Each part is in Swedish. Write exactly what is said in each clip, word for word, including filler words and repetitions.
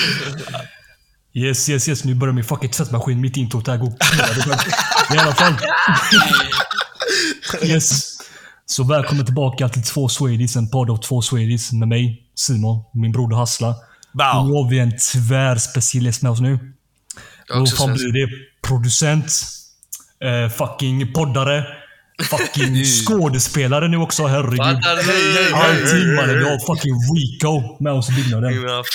Yes, yes, yes. Nu börjar min fucking tvättmaskin mitt intro där går. I alla fall. Yes. Så välkommen tillbaka till Två Swedish, en podd av Två Swedish med mig, Simon, min broder Hassla. Wow. Nu har vi en tvärspecialist med oss nu. Och fan blir det producent, eh, fucking poddare, fucking skådespelare nu också, herregud. Allting mannen, vi har fucking Rico med oss i byggnaden.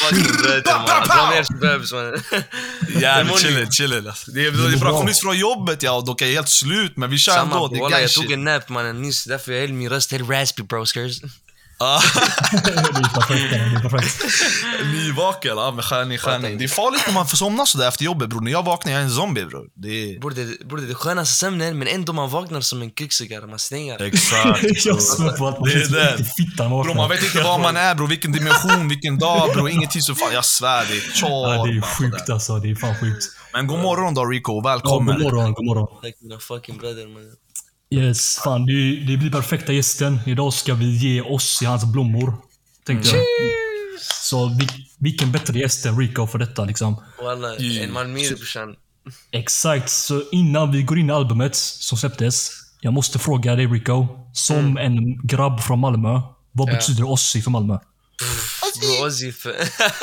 Ja, men chilla, chilla. Det är, det är bra, kom nyss från jobbet, ja, och dock är helt slut, men vi kör ändå. Det är jag tog en nap mannen nyss, därför är hela min röst helt raspy, broskers. Ah. Det är perfekt, det är perfekt. Nyvaken, ja, med skärning, skärning. Det är farligt när man får somna sådär efter jobbet, bror. När jag vaknar, jag är en zombie, bror. Det är... Borde, borde det skönaste sömnen, men ändå man vaknar som en kuksugare, man stänger. Exakt. Jag svär på att man det är det. Inte fittan vaknar. Bro, man vet inte var man är, bro. Vilken dimension, vilken dag, bro. Ingenting så fan. Jag svär, det är tjår. Ja, det är sjukt alltså, det är fan sjukt. Men god morgon då, Rico. Välkommen. Ja, god morgon, god morgon. Tack mina fucking bröder, man. Yes, fan, det, det blir perfekta gästen. Idag ska vi ge oss i hans blommor, tänkte jag. Så vi, vilken bättre gäst än Rico för detta, liksom. Walla, en man mer brorsan. Exakt, så innan vi går in i albumet som släpptes, jag måste fråga dig, Rico, som mm. en grabb från Malmö, vad ja. betyder Ozzy för Malmö? Bro, Ozzy för...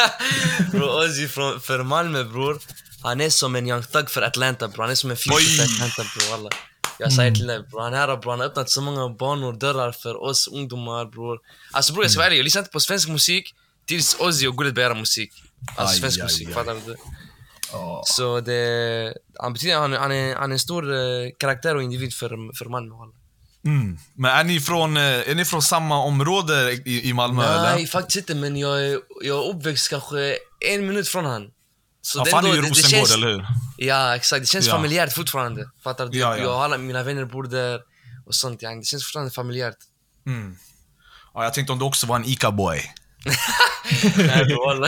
Bro, Ozzy för, för Malmö, bror. Han är som en young thug för Atlanta, bror. Han är som en future för Atlanta, bror, walla. Jag säger till dig, bror. Han här, bror. Han har öppnat så många banor, dörrar för oss ungdomar, bror. Alltså, bror, jag ska vara ärlig. Jag lyssnar inte på svensk musik tills Ozzy och Gullet börjar musik. Alltså, aj, svensk aj, musik, aj, fattar du? Oh. Så det... Han betyder han, han, är, han är en stor uh, karaktär och individ för, för Malmö, walla. Mm. Men är ni från, är ni från samma område i, i Malmö? Nej, eller? faktiskt inte, men jag är, jag är uppväxt kanske en minut från han. Så ja, fan är ju Rosengård, känns, eller hur? Ja, exakt. Det känns ja. familjärt fortfarande. Fattar du? Ja, ja. Jag och alla mina vänner bor där och sånt. Ja. Det känns fortfarande familjärt. Mm. Ja, jag tänkte om du också var en Ica-boy. Nej, bro,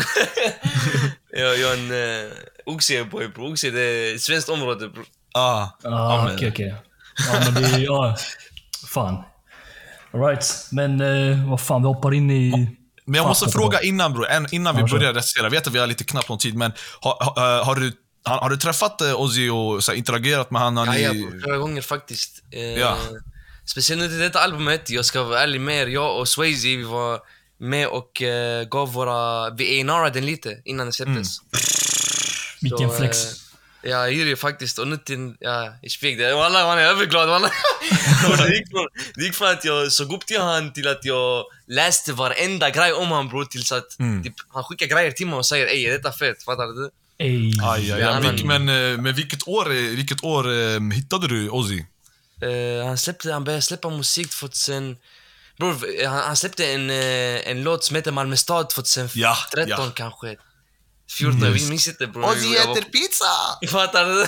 jag, jag är en uh, Oxie-boy, bro. Oxie, det är ett svenskt område, bro. Ah, ah okej, okej. Okay, okay. Ja, men det är... Ja, fan. All right. Men uh, vad fan, vi hoppar in i... Men jag måste fråga innan, bro, innan vi börjar recensera. Jag vet att vi har lite knappt någon tid, men har, har, har, du, har, har du träffat Ozzy och så här, interagerat med honom? Ja, ja, flera gånger faktiskt. Eh, ja. Speciellt till detta albumet, jag ska vara ärlig med er, jag och Swayze, vi var med och eh, gav våra... Vi A and R den lite innan det släpptes. Mm. Vilken så, flex. Eh, ja, jag gjorde det faktiskt. Och nu till... Ja, jag fick det. Wallah, man är överglad, wallah. det, gick från, det gick från att jag såg upp till han till att jag läste varenda grej om han, bro. Tills att mm. typ, han skickar grejer till mig och säger ej, är detta fett? Fattar du? Ej. Aj, aj, aj. Vilk, men, men vilket år, vilket år um, hittade du Ozzy? Uh, han, släppte, han började släppa musik tjugohundratretton. Bror, han, han släppte en, en låt som heter Malmö stad tjugohundratretton ja, ja. kanske. fjorton, mm. vi minns inte, bror. Ozzy äter var... pizza! Fattar du?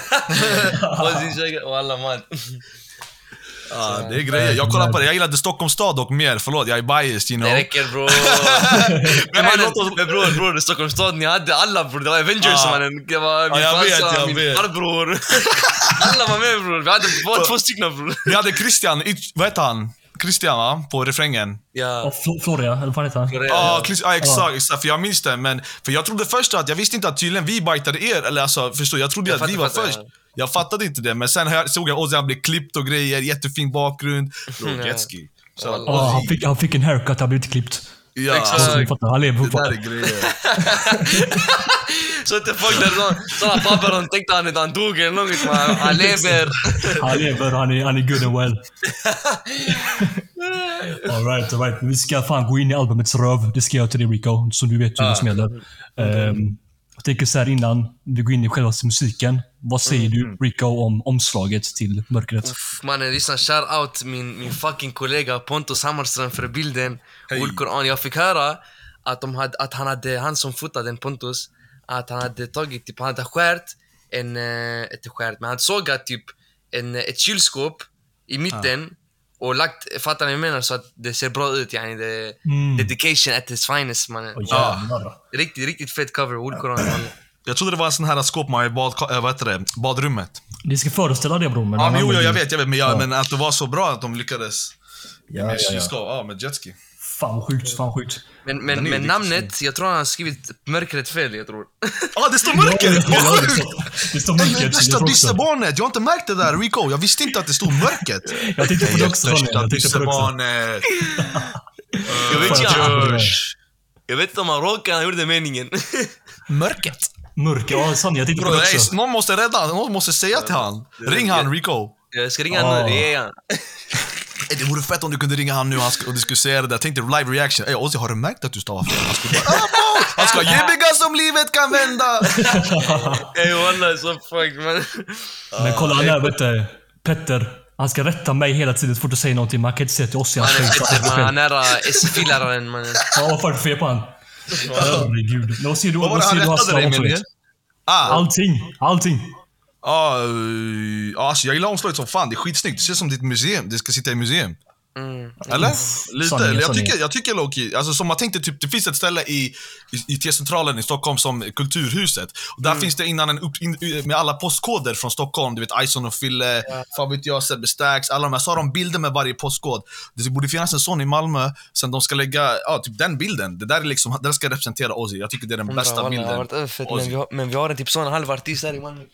Ozzy käkar, och alla man. Ja, det är grejer. Jag kollar på det. Jag gillade Stockholms stad och mer. Förlåt, jag är biased, you know. Det räcker, bro. men mannen, men bror, bror, Stockholms stad, ni hade alla, bror. Det var Avengers, ah. mannen. Det var min ah, farsa, min farbror. alla var med, bror. Vi hade bara två stycken, bror. Vi hade Christian, vad heter han? Christian, va? På refrängen. Ja. Och Fl- Floria, eller vad heter han? Ja, ah, ah, exakt, ah. exakt. För jag minns det, men... För jag trodde först att... Jag visste inte att tydligen vi bajtade er. Eller alltså, förstår jag trodde jag att fattar, vi var fattar, först. Ja. Jag fattade inte det, men sen jag, såg jag Ozzy, han blev klippt och grejer. Jättefin bakgrund. Bro, jetski. Så ja, ah, han, fick, han fick en haircut, han blev inte klippt. Ja, exakt. Fattar, han lever det där är grejer. Så inte folk där sådana papper, de tänkte han, han dog eller något, man. Han lever. Han lever, han är, han är good and well. all right, all right. Vi ska fan gå in i albumets röv. Det ska jag till dig, Rico, så du vet ju vad som gäller. Um, jag tänker så här innan vi går in i själva musiken. Vad säger du, Rico, om omslaget till Mörkret? Uff, mannen, lyssna, shout out min, min fucking kollega Pontus Hammarström för bilden. Hey. Quran. Jag fick höra att, de hade, att han hade, han som fotade den Pontus, att han hade tagit, typ, han hade skärt en, ett skärt, men han såg att typ en, ett kylskåp i mitten ah. och lagt, fattar ni vad jag menar, så att det ser bra ut, yani, det, mm. dedication at his finest, man. Oh, ja. Riktigt, riktigt fett cover, Quran. Jag trodde det var en sån här skåp man i bad, vad heter det, badrummet. Det ska föreställa det, bror. Men ja, men jo, jag vet, jag vet, men, jag, ja. men att det var så bra att de lyckades ja, med ja, kylskåp, ja, med jetski. Fan vad sjukt, fan sjukt. Men, men, men namnet, jag tror han har skrivit mörkret fel, jag tror. Ja, ah, det står mörkret! Ja, ja, det, står, det står mörkret. Största dyssebarnet, jag har inte märkt det där, Rico. Jag visste inte att det stod mörkret. Jag tänkte på det också. Största dyssebarnet. Jag vet inte, jag vet inte om han råkade, han gjorde meningen. Mörkret. Mörker, ja, Sanne, jag tänkte på det också. Någon måste rädda, någon måste säga till han. Ring han, Rico. Jag ska ringa han nu, det är han. Det vore fett om du kunde ringa han nu och du skulle säga det där. Tänk dig live reaction. Ey Ozzy, har du märkt att du stavar fel? Han skulle bara, ah, han ska jebbiga som livet kan vända. Ey wallah, så fuck man. Men kolla han där, vet du. Petter, han ska rätta mig hela tiden så fort du säger någonting. Man kan inte säga till Ozzy. Han är Petter, man. Han är S F-läraren, man. Ja, vad fan fel på han. Herregud. Vad ser du, vad ser du har slavat? Allting, allting. Ja, uh, alltså jag gillar omslaget som fan. Det är skitsnyggt. Det ser som ditt museum. Det ska sitta i museum. Mm. Eller? Lite. Sanning, jag tycker, jag tycker Loki, alltså som man tänkte typ, det finns ett ställe i, i, i T-centralen i Stockholm som Kulturhuset. Och där mm. finns det innan en upp, in, med alla postkoder från Stockholm. Du vet, Ison och Fille, ja. Fan vet jag, Sebbe Stax, alla de här. Så har de bilder med varje postkod. Det borde finnas en sån i Malmö. Sen de ska lägga, ja, typ den bilden. Det där är liksom, det där ska representera Ozzy. Jag tycker det är den bästa Undra, bilden. Varit öfett, men, vi har, men vi har en typ sån halv artist här i Malmö.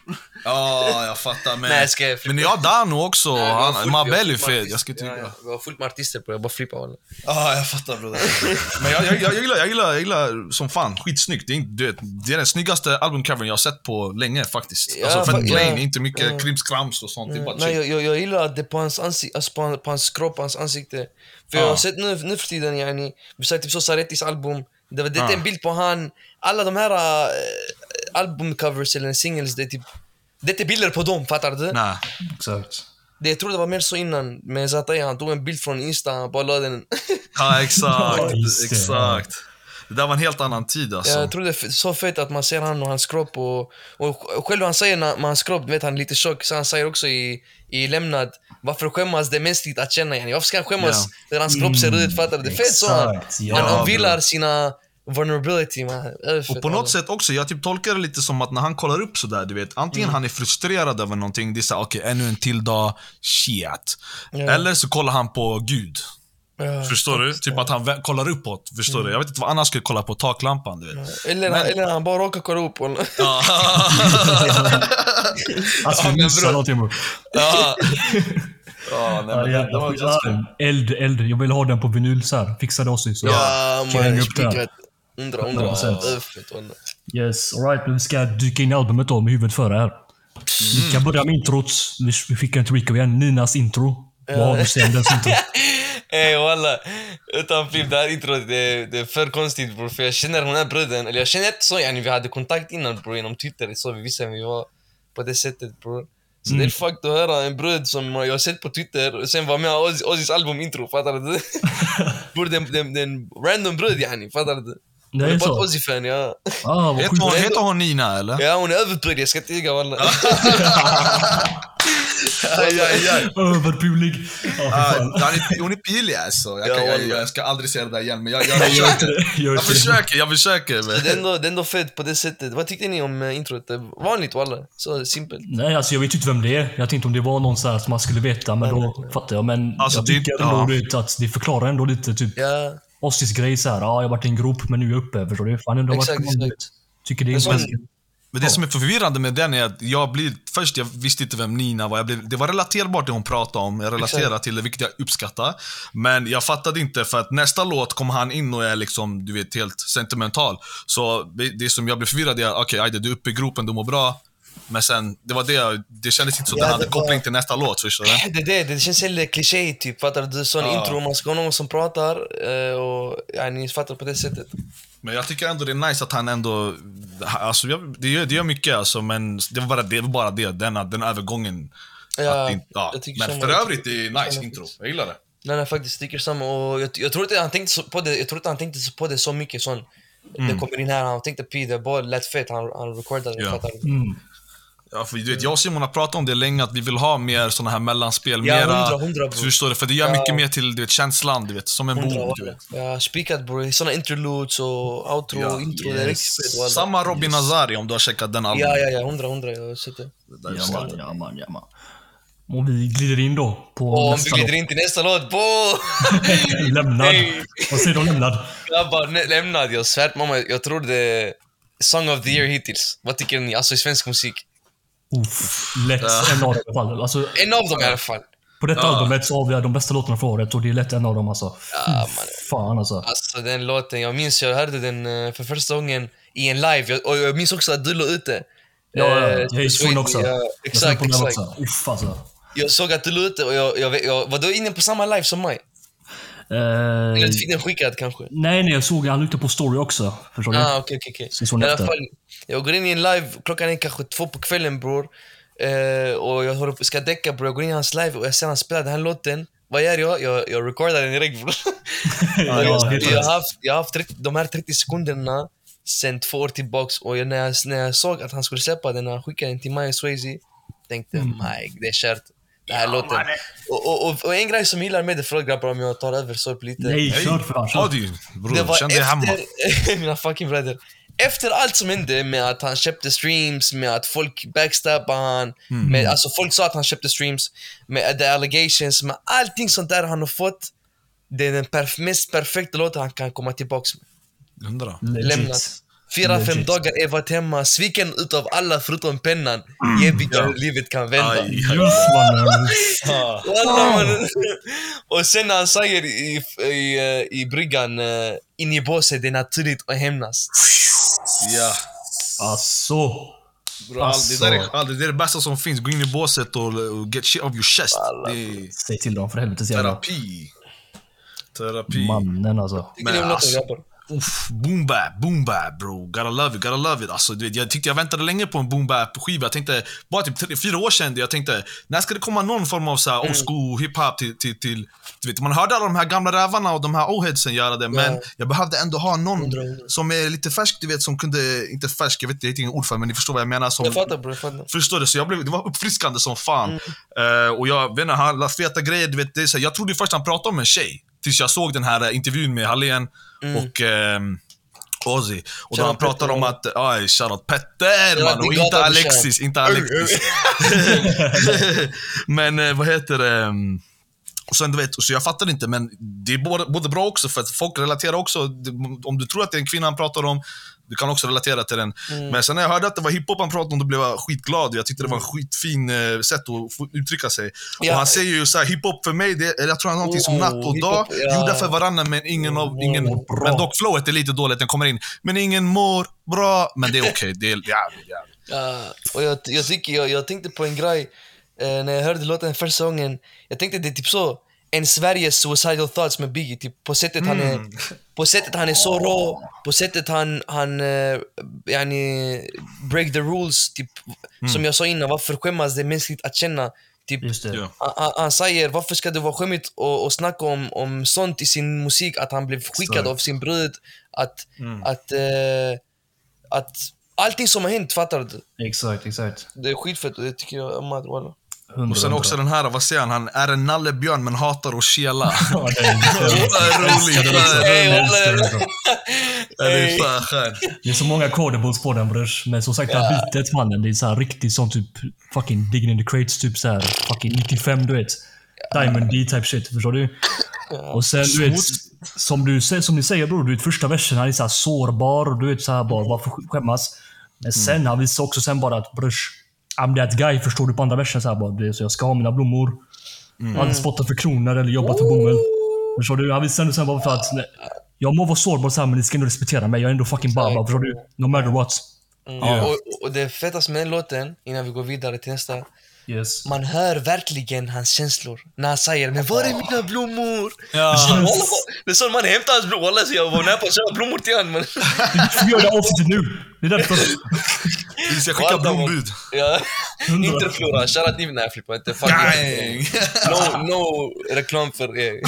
Ja, jag fattar. Men, Nej, ska jag men jag Dano också. Nej, han, Mabel är fet. Jag ska tycka. Ja, ja. Vi har fullt med artister på, jag bara flippar. Ja, ah, jag fattar broder. Men jag, jag, jag, gillar, jag, gillar, jag gillar som fan, skitsnyggt. Det är, det, det är den snyggaste albumcovern jag har sett på länge faktiskt. Ja, alltså Fett Lane, ja, inte mycket ja. krimskrams och sånt. Mm. Det är bara Nej, jag, jag, jag gillar det på hans ansikte, alltså på, på hans kropp, hans ansikte. För ah. jag har sett nu, nu för tiden, yani, vi sa typ så Sarettis album. Det, det, det är en bild på han, alla de här äh, albumcovers eller singles, det är typ, det är bilder på dem, fattar du? Nej, exakt. Det, jag tror det var mer så innan med Zataya, han tog en bild från Insta och bara lade den. Ja, exakt, exakt. Det där var en helt annan tid alltså. Jag tror det är så fett att man ser han och hans kropp och, och själv han säger när hans kropp, vet han är lite tjock, så han säger också i, i lämnad, varför skämmas det är mänskligt att känna, yani. Varför ska han skämmas yeah. när hans kropp ser ut, fattar du? Det är fett så han, ja, han vilar sina vulnerability, man. Och på något alla. sätt också, jag typ tolkar det lite som att när han kollar upp så där, du vet, antingen mm. han är frustrerad över någonting, det är så okej, okay, ännu en till dag, shit. Yeah. Eller så kollar han på Gud. Ja, förstår du? Typ att han kollar uppåt, förstår mm. du? Jag vet inte vad annars skulle kolla på taklampan, du vet. Ja. Eller, men... eller han bara råkar kolla upp. Ja. Alltså, ja, missar någonting. Ja. Ja, nej, men ja, det var ja, eld, eld. Jag vill ha den på vinyl så här. Fixa det också. Så ja, man. Spikat. Undra, undra. Yes, alright. Vi ska dyka in i albumet då med huvudet före här. Mm. Vi kan börja med introt. Vi fick en Rico igen. Ninas intro. Ja. Vad har du sen dens intro? Ey walla, utan flipp, det här introt, det, det är för konstigt bror. För jag känner den här bruden, eller jag känner inte så, yani, vi hade kontakt innan bror, genom Twitter, så vi visste att vi var på det sättet bror. Så mm. det är fucked att höra en brud som jag har sett på Twitter och sen var med Ozzy, Ozzys album intro, fattar du? Bror, det är en random brud, yani, fattar du? Det är, är bara Ozzy-fan, ja. Ah, heter, hon, heter hon Nina, eller? Ja, hon är överbryd, jag ska tiga, walla. Aj, aj, aj. Överpulig. Oh, hon är pilig alltså. Jag, kan, jag, jag ska aldrig säga det där igen, men jag, jag, jag, jag, jag försöker, jag försöker. Men. Det är ändå, det är ändå fett på det sättet. Vad tyckte ni om introt? Vanligt, walla. Så simpelt. Nej, alltså jag vet inte vem det är. Jag tänkte om det var någon så här som man skulle veta, men nej, då nej. fattar jag. Men alltså, jag tycker det, ändå ja. att det förklarar ändå lite typ ja. Ozzys grej så här. Ja, jag har varit i en grop, men nu är jag uppe. Förstår du? Fan, ändå exakt, varit exakt. Tycker det är sån... Men det ja. som är förvirrande med den är att jag blir, först jag visste inte vem Nina var, jag blev, det var relaterbart det hon pratade om, jag relaterade Exakt. till det, vilket jag uppskattar. Men jag fattade inte, för att nästa låt kommer han in och är liksom, du vet, helt sentimental. Så det, det som jag blev förvirrad är, okej, okay, du är uppe i gropen, du mår bra. Men sen, det var det, det kändes inte så, ja, den hade var... koppling till nästa låt, förstår du? Det, det, det känns helt kliché typ, fattar du? Sån ja. intro, man ska ha någon som pratar och ja, ni fattar på det sättet. Men jag tycker ändå det är nice att han ändå, alltså det gör, det gör mycket alltså, men det var bara det, var bara det den, den övergången. Ja, att, ja. Men för övrigt det är nice intro, jag gillar det. Nej, nej, faktiskt tycker samma, och jag, jag tror inte han tänkte på det, jag tror inte han tänkte på det så mycket sån. Mm. Det kommer in här, han tänkte på det, bara lätt fett, han, han recordade ja. fattar du? Mm. Ja, för du vet, jag och Simon har pratat om det länge, att vi vill ha mer såna här mellanspel, ja, mera, hundra, hundra, bro. Förstår du? För det gör ja. mycket mer till, du vet, känslan, du vet, som en hundra, bok, du vet. Ja, spikat bro, såna interludes och outro ja. och intro, yes. det är riktigt fett. Samma Robin yes. Nazari, om du har checkat den albumet. Ja, ja, ja, hundra, hundra, jag har sett det. Ja man, ja man, ja man. Och vi glider in då på Och nästa vi glider låt. in till nästa låt. På! Lämnad. Nej. Vad säger du om lämnad? Grabbar, nä- lämnad. Jag svär mamma, jag tror det är Song of the year hittills. Vad tycker ni? Alltså i svensk musik. Uff, lätt en av dem i alla fall. Alltså, En av dem i alla fall. på detta albumet så har vi de bästa låtarna för året och det är lätt en av dem alltså. Ja, man. Fan alltså. Alltså den låten, jag minns jag hörde den eh, för första gången i en live. Jag, och jag minns också att du la ut det. Ja, ja, Eh, jag är svån också. Ja, Jag exakt, på den exakt. också. Uff alltså. Jag såg att du la ut det och jag, jag, jag var då inne på samma live som mig. Eh, Eller du fick den skickad kanske. nej, nej, jag såg han ute på story också. Förstår du? Ah, okej, okej, okej. Så såg I alla efter. fall, jag går in i en live, klockan är kanske två på kvällen bror. Eh, och jag håller på, ska däcka bror, jag går in i hans live och jag ser han spela den här låten. Vad gör jag? Jag, jag recordar den direkt bror. Ja, jag, ja, jag, jag har haft, jag har haft trettio, de här trettio sekunderna sen två år tillbaks. Och jag, när, jag, när jag såg att han skulle släppa den, när han skickade den till Maya Swayze, tänkte mm. Mike, det är kört. Den här ja, låten. Och, och, och, och en grej som jag gillar med det, förlåt grabbar om jag tar över så lite. Nej, kör för fan. Ja du, bror, det var känn dig hemma. efter, mina fucking bröder. Efter allt som hände med att han köpte streams, med att folk backstabbade han, mm. med, alltså folk sa att han köpte streams, med the allegations, med allting sånt där han har fått, det är den perf- mest perfekta låten han kan komma tillbaks med. Undra. Lämnat. Fyra, Legit. fem dagar är varit hemma, sviken utav alla förutom pennan. Mm. Eviga ja. Livet kan vända. Aj, just mannen. ah. Och sen när han säger i, i, i bryggan, uh, in i båset, det är naturligt att hämnas. Ja. Alltså. Bro, alltså. Det, där är, det är det bästa som finns. Gå in i båset och, och get shit off your chest. Det är... Säg till dem för helvete. Terapi. Terapi. Mannen alltså. Men alltså. Uff, boom bap, boom bap bro, gotta love it, gotta love it. Alltså, du vet, jag tyckte jag väntade länge på en boom bap skiva. Jag tänkte, bara typ tre, fyra år sedan, jag tänkte, när ska det komma någon form av så här old school hiphop till, till, till, du vet, man hörde alla de här gamla rävarna och de här o-headsen göra det, men yeah. jag behövde ändå ha någon hundra, hundra. som är lite färsk, du vet, som kunde, inte färsk, jag vet inte, jag vet ingen ord för, men ni förstår vad jag menar. Som, jag fattar bro, jag fattar. Förstår det, så jag blev, det var uppfriskande som fan. Mm. Uh, och jag vet inte, han la feta grejer, du vet, det är så här, jag trodde först han pratade om en tjej, tills jag såg den här intervjun med Hallén mm. och um, Ozzy. Och då han pratar om att, aj, shoutout Petter, man, och inte Alexis, inte Alexis. Men vad heter det? Och sen, du vet, så jag fattar inte, men det är både, både bra också, för att folk relaterar också. Om du tror att det är en kvinna han pratar om, du kan också relatera till den. Mm. Men sen när jag hörde att det var hiphop han pratade om, då blev jag skitglad. Jag tyckte det var en skitfin uh, sätt att uttrycka sig. Ja. Och han säger ju så här, hiphop för mig, det, jag tror han har någonting som natt och dag. Ja. Gjorda för varannan, men ingen av... Ingen, oh, men dock flowet är lite dåligt, den kommer in. Men ingen mår bra, men det är okej. Okay. Det är jävligt, jävligt. Ja, och jag, jag, tycker, jag, jag tänkte på en grej eh, när jag hörde låten första gången. Jag tänkte det är typ så en Sveriges Suicidal Thoughts med Biggie, typ på sättet mm. han är på sättet han är så rå, på sättet han han uh, yani break the rules, typ mm. som jag sa innan, varför skämmas det mänskligt att känna, typ ja. han, han säger varför ska det vara skämmigt och, och snacka om om sånt i sin musik, att han blev skickad så. Av sin brud, att mm. att uh, att allting som har hänt, fattar du? Exakt, exakt. Det är skitfett och det tycker jag om att walla. Och sen också den här, vad säger han? Han är en nallebjörn men hatar att kela. Ja, det är roligt. Det är fan skönt. Det är så många quotables på den, brors. Men som sagt, det här bitet, mannen, det är så här riktigt sån typ fucking Digging in the Crates, typ så här fucking nittiofem, du vet. Diamond D type shit, förstår du? Och sen, du vet, som du säger, som ni säger, bror, du vet, första versen, han är så här sårbar, och du vet så här bara, varför skämmas? Men sen, han visar också sen bara att, brors, I'm that guy, förstår du, på andra versen så här bara, det, så jag ska ha mina blommor. Mm. Aldrig spottat för kronor eller jobbat för bomull. Förstår du? Han visar ändå sen bara för att nej, jag må vara sårbar så här, men ni ska ändå respektera mig. Jag är ändå fucking baba, förstår du? No matter what. Mm. Yeah. Och, och det fetaste med den låten, innan vi går vidare till nästa, yes. man hör verkligen hans känslor när han säger, men var är mina blommor? Ja. Det är så man hämtar hans blommor. Alla, så jag var nära på att köra blommor till honom. Men... Vi gör det avsnittet nu. Det är därför. Vi ska skicka blombud. Ja. Interflora, shoutout ni, nej flippa inte. No, no reklam för er.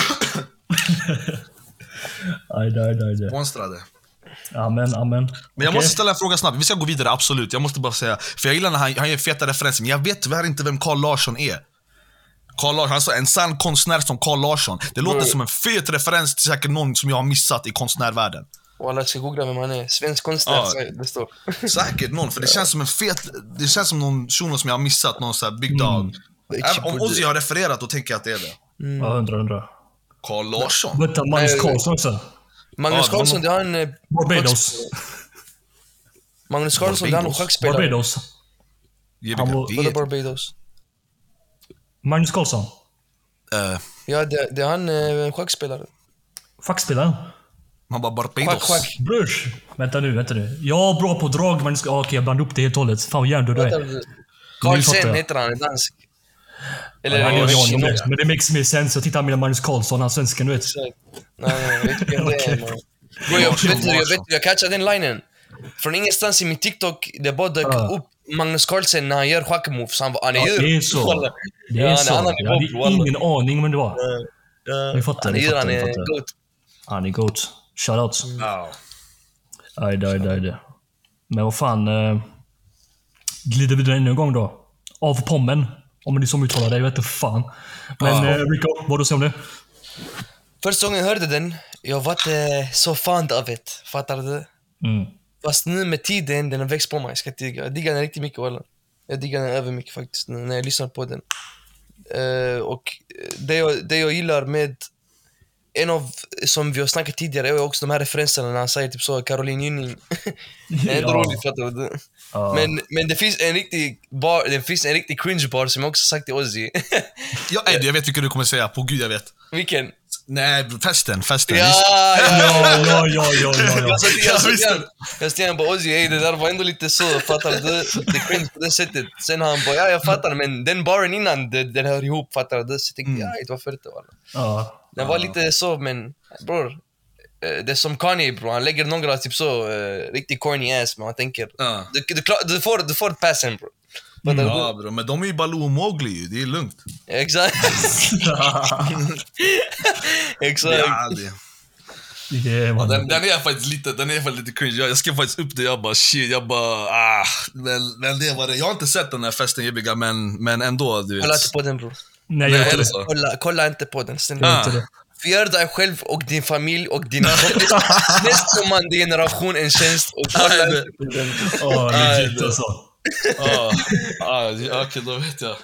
Aj, aj, aj, aj. Monstrade. Amen, amen. Men jag okay. måste ställa en fråga snabbt. Vi ska gå vidare, absolut. Jag måste bara säga, för jag gillar när han, han ger feta referenser, men jag vet tyvärr inte vem Carl Larsson är. Carl Larsson, alltså en sann konstnär som Carl Larsson. Det låter mm. som en fet referens till säkert någon som jag har missat i konstnärvärlden. Och alla ska googla vem han är. Svensk konstnär, ja. Det står. Säkert någon, för det känns som en fet, det känns som någon shuno som jag har missat, någon så här big dog. Mm. Om Ozzy har refererat, då tänker jag att det är det. Mm. Ja, undrar, undrar. Carl Larsson. Vänta, Magnus Carlsson också. Magnus Ja, Carlsson, det har en... eh, Barbados. Magnus Carlsson, det har en schackspelare. Barbados. Gbg, Han var- det Vadå är- Barbados? Magnus Carlsson. Eh, Ja, det, det är han eh, en schackspelare. Schackspelaren. Man bara Schack, Barbados. schack. Brors. Vänta nu, vänta nu. Jag är bra på drag, men okej, okay, jag blandade upp det helt och hållet. Fan vad hjärndöd du är. Carl Nu fattar Sen jag. heter han, är dansk. Eller Ja, det ja, är jag, Kina. men det makes mer sense. Jag tittar på Magnus Carlsson, han svensken, du vet. Nej, nej, jag vet inte vem det är. Okej. man. Bro, jag, vet, du, jag, vet, du, jag catchade den linen. Från ingenstans i min TikTok, det bara dök Ja. upp Magnus Carlsen när han gör schackmoves. Han var, han är Ja, djur. det är så. Walla. Det Ja, är han så. annan Jag nivå, bro, hade walla. ingen aning men det var. Ja, Vi fattar, han är vi djur, fattar, han vi är fattar. goat. Han är goat. Shoutout. Ja. Aj, aj, aj, aj. Men vad fan. Eh, glider vi ännu en gång då? Av pommen. Om det är som uttalar det, jag vet inte fan. Men Ja. eh, Rico, vad du säger om det? Första gången jag hörde den, jag var inte så fan av det. Fattar du? Mm. Fast nu med tiden, den har växt på mig. Jag ska inte digga. Jag diggar den riktigt mycket, walla. Jag diggar den över mycket faktiskt, när jag lyssnar på den. Eh, och det jag, det jag gillar med en av, som vi har snackat tidigare, är också de här referenserna när han säger typ så, Caroline Gynning. Det är inte Ja. roligt, fattar du? Ja. Men, men det finns en riktig bar, det finns en riktig cringe bar som jag också sagt till Ozzy. Ja, Ed, jag vet vilken du kommer säga. På gud, jag vet. Vilken? Nej, festen. Festen. Ja, visst. ja, Ja, ja, ja, ja, ja, ja. Jag sa till jag sa Jag visste till han, jag sa till han bara Ozzy, ey, det där var ändå lite så, fattar du? Det är cringe på det sättet. Sen han bara, ja jag fattar, men den baren innan, det, den hör ihop, fattar du? Så jag tänkte, ja det var för det, walla. Ja. Den var lite så, men bror, eh, det är som Kanye, bror. Han lägger några typ så, uh, riktigt corny ass, men man tänker, Ja. du, du, klar- du, får, du får ett pass sen, bror. Fattar Ja, du? bro, men de är ju Baloo och Mowgli ju. Det är lugnt. Exakt. Exakt. Ja, det. Yeah, man. Den, den är faktiskt lite, den är faktiskt lite cringe. Jag, jag skrev faktiskt upp det, jag bara shit, jag bara ah. Men, men det var det. Jag har inte sett den här festen Gbg, men, men ändå, du vet. Kolla inte på den, bror. Nej, Nej, jag är vet det det. så? Kolla, kolla inte på den, snälla. Ah. Inte det. Gör dig själv och din familj och din kompis nästkommande generation en tjänst och kolla Nej, inte på den. Ja, legit det- alltså. Ah, ah, ja, okej, då vet jag.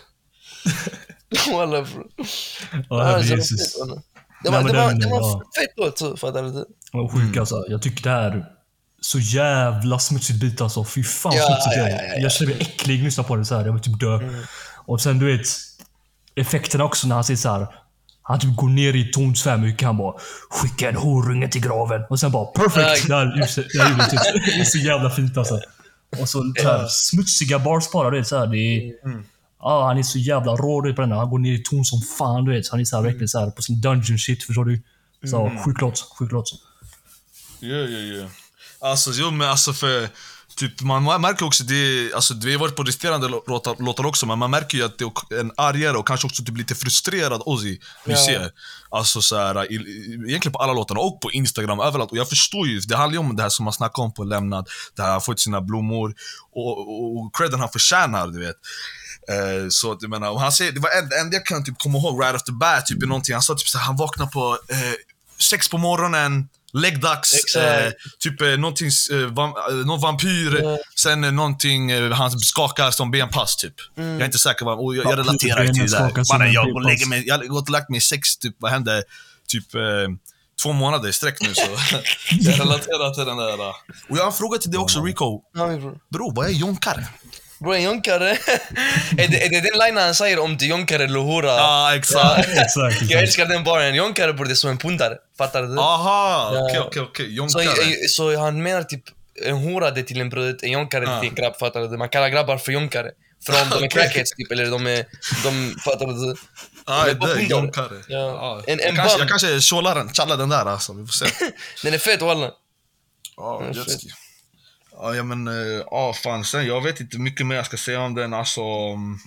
Walla, bror. Ja, Alltså, Jesus. det var, det var, Nej, men det var, den- det var ja. fett låt, så fattar du det? Vad sjuk alltså. Jag tycker det här så jävla smutsigt bit alltså. Fy fan Ja, smutsigt ja, det ja, är. ja, ja. Jag känner mig äcklig när jag lyssnar på det så här. Jag vill typ dö. Och sen du vet, effekterna också när han säger så här. Han typ går ner i ton så här mycket. Han bara skicka en horunge till graven. Och sen bara perfect. Ja. Där, just det, där gjorde typ. Det är så jävla fint alltså. Och så, så här, smutsiga bars bara. Du vet, så här, det är, ja, han är så jävla rå du vet, på den här. Han går ner i ton som fan. Du vet. Han är så här, verkligen så här, på sin dungeon shit. Förstår du? Så sjuk låt. Sjuk låt. Ja, ja, ja. Alltså, jo, men alltså för... Typ, man märker också det, alltså vi har varit på resterande låtar, låtar också, men man märker ju att det är en argare och kanske också typ lite frustrerad Ozzy vi Ja. ser. Alltså så här, i- i- egentligen på alla låtarna och på Instagram överallt. Och jag förstår ju, det handlar ju om det här som man snackar om på Lämnad, där han har fått sina blommor och, och, och credden han förtjänar, du vet. Eh, så att jag menar, och han säger, det var en, en jag kan typ komma ihåg right off the bat, typ i någonting, han sa typ så här, han vaknar på eh, sex på morgonen, läggdags, Exakt. eh, typ eh, någonting, eh, vam, eh, någon vampyr, Ja. sen eh, någonting, eh, han skakar som benpass typ. Mm. Jag är inte säker vad, och jag, Ja, jag relaterar ju till det skakar där. som Mannen, en jag, går och benpass. lägger mig, jag har gått och lagt mig i sex, typ, vad hände, typ eh, två månader i sträck nu, så jag relaterar till den där. eh. Och jag har en fråga till dig också, Rico. Ja, min bror. Bro, vad är jonkare? Bror, en jonkare. är, det, är det den linen han säger om du jonkare eller hora? Ja, exakt. Exakt, Jag exakt. älskar den baren. Jonkare bror, det är som en pundare. Fattar du? Aha, Ja. okej, okej, okej. Så, Jonkare. eh, så han menar typ en hora det till en brud, en jonkare det Ja. till en grabb, fattar du? Man kallar grabbar för jonkare. För om de är Okej. crackheads typ, eller de är, de, fattar du? Ja, de är det bara är pundare. jonkare. Ja. En, Jag en kanske, bum. jag kanske tjålar den, tjallar den där alltså, vi får se. Den är fet walla. Ja, Ja, jetski. Ja, ja, men, eh, ja, fan, sen, jag vet inte mycket mer jag ska säga om den, alltså. mm,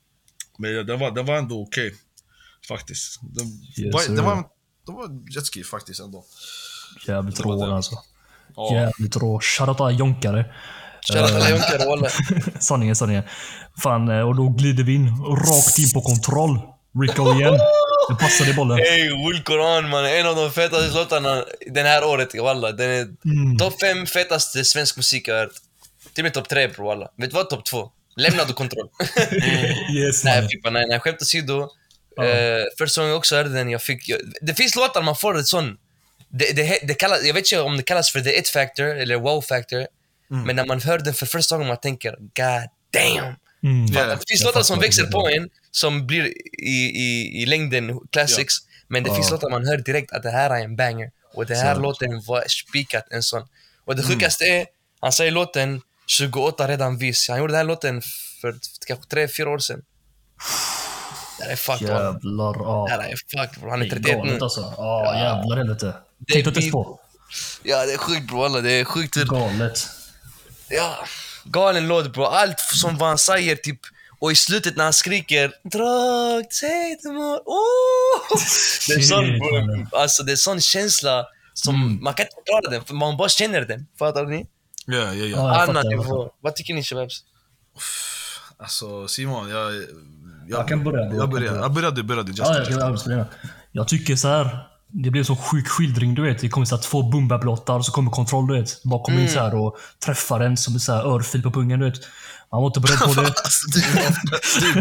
Men den var, den var ändå okej, faktiskt. Den, Yes, var, sir. den var, den var jetski faktiskt ändå. Jävligt Det var rå det. alltså. Ja. Jävligt rå. Shoutout alla jonkare. Shoutout alla jonkare walla. Sanningen, sanningen. Fan, eh, och då glider vi in rakt in på kontroll. Rico igen. Det passade i bollen. Ey, Will Koran man, en av de fetaste låtarna den här året walla. Den är Mm. topp fem fetaste svensk musik jag har hört. Till och med topp tre bro walla. Vet du vad topp två? Lämnad och kontroll. Yes, nej, man. Fippa, nej, nej, skämt åsido. Ja. Uh, första gången jag också hörde den, jag fick... Jag, det finns låtar man får ett sån... Det, det, det kallas, jag vet inte om det kallas för the it factor eller wow factor. Mm. Men när man hör den för första gången man tänker, god damn. Mm. För, yeah, det finns låtar som växer på en, som blir i, i, i längden classics. Ja. Men det ja. finns låtar man hör direkt att det här är en banger. Och det här så. låten var spikat en sån. Och det sjukaste mm. är, han säger låten tjugoåtta redan vis. Han gjorde den här låten för kanske tre, fyra år sedan. Det är fucked. Jävlar, ja. Det är fucked, bro. Han är trettioett nu. Alltså. Ja, jävlar helvete. Tänkte inte på. Ja, det är sjukt, bro. Alla. Det är sjukt. Galet. Ja, galen låt, bro. Allt som vad han säger, typ. Och i slutet när han skriker Drag, säg det mor. Oh! Det är sån, bro. Alltså, det är sån känsla som mm. man kan inte förklara den, för man bara känner den. Fattar ni? Ja, ja, ja. Annat nivå. Vad tycker ni, Shababs? Alltså, Simon, jag... Jag, jag kan börja. Jag började, jag började, började just ja, jag, jag, jag tycker så här. Det blir så sjuk skildring, du vet. Det kommer så här två bumbablottar och så kommer kontroll, du vet. Bara kommer mm. in så här och träffar en som är så här örfil på pungen, du vet. Han var inte beredd på det. Du